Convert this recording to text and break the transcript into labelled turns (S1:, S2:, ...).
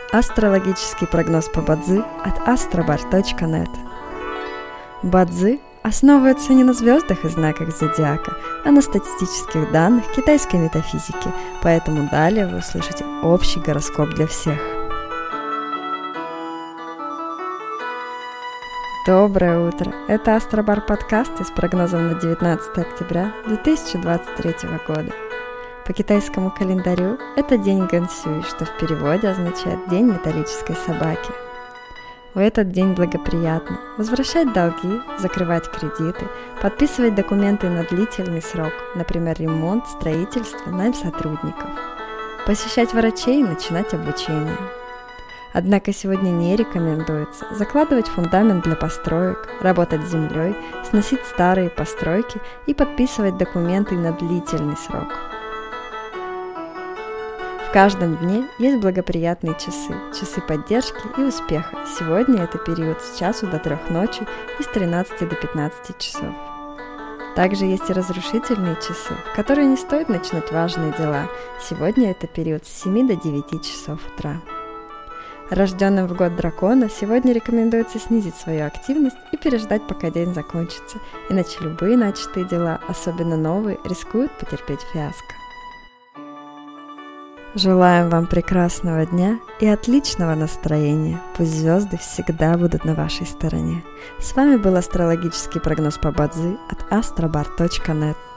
S1: Астрологический прогноз по Бадзи от astrobar.net. Бадзи основывается не на звездах и знаках зодиака, а на статистических данных китайской метафизики, поэтому далее вы услышите общий гороскоп для всех. Доброе утро! Это Астробар подкаст с прогнозом на 19 октября 2023 года. По китайскому календарю это день Гансюй, что в переводе означает «день металлической собаки». В этот день благоприятно возвращать долги, закрывать кредиты, подписывать документы на длительный срок, например, ремонт, строительство, найм сотрудников, посещать врачей и начинать обучение. Однако сегодня не рекомендуется закладывать фундамент для построек, работать с землей, сносить старые постройки и подписывать документы на длительный срок. В каждом дне есть благоприятные часы, часы поддержки и успеха. Сегодня это период с часу до 3 ночи и с 13 до 15 часов. Также есть и разрушительные часы, в которые не стоит начинать важные дела. Сегодня это период с 7 до 9 часов утра. Рожденным в год дракона сегодня рекомендуется снизить свою активность и переждать, пока день закончится, иначе любые начатые дела, особенно новые, рискуют потерпеть фиаско. Желаем вам прекрасного дня и отличного настроения. Пусть звезды всегда будут на вашей стороне. С вами был астрологический прогноз по Бадзи от astrobar.net.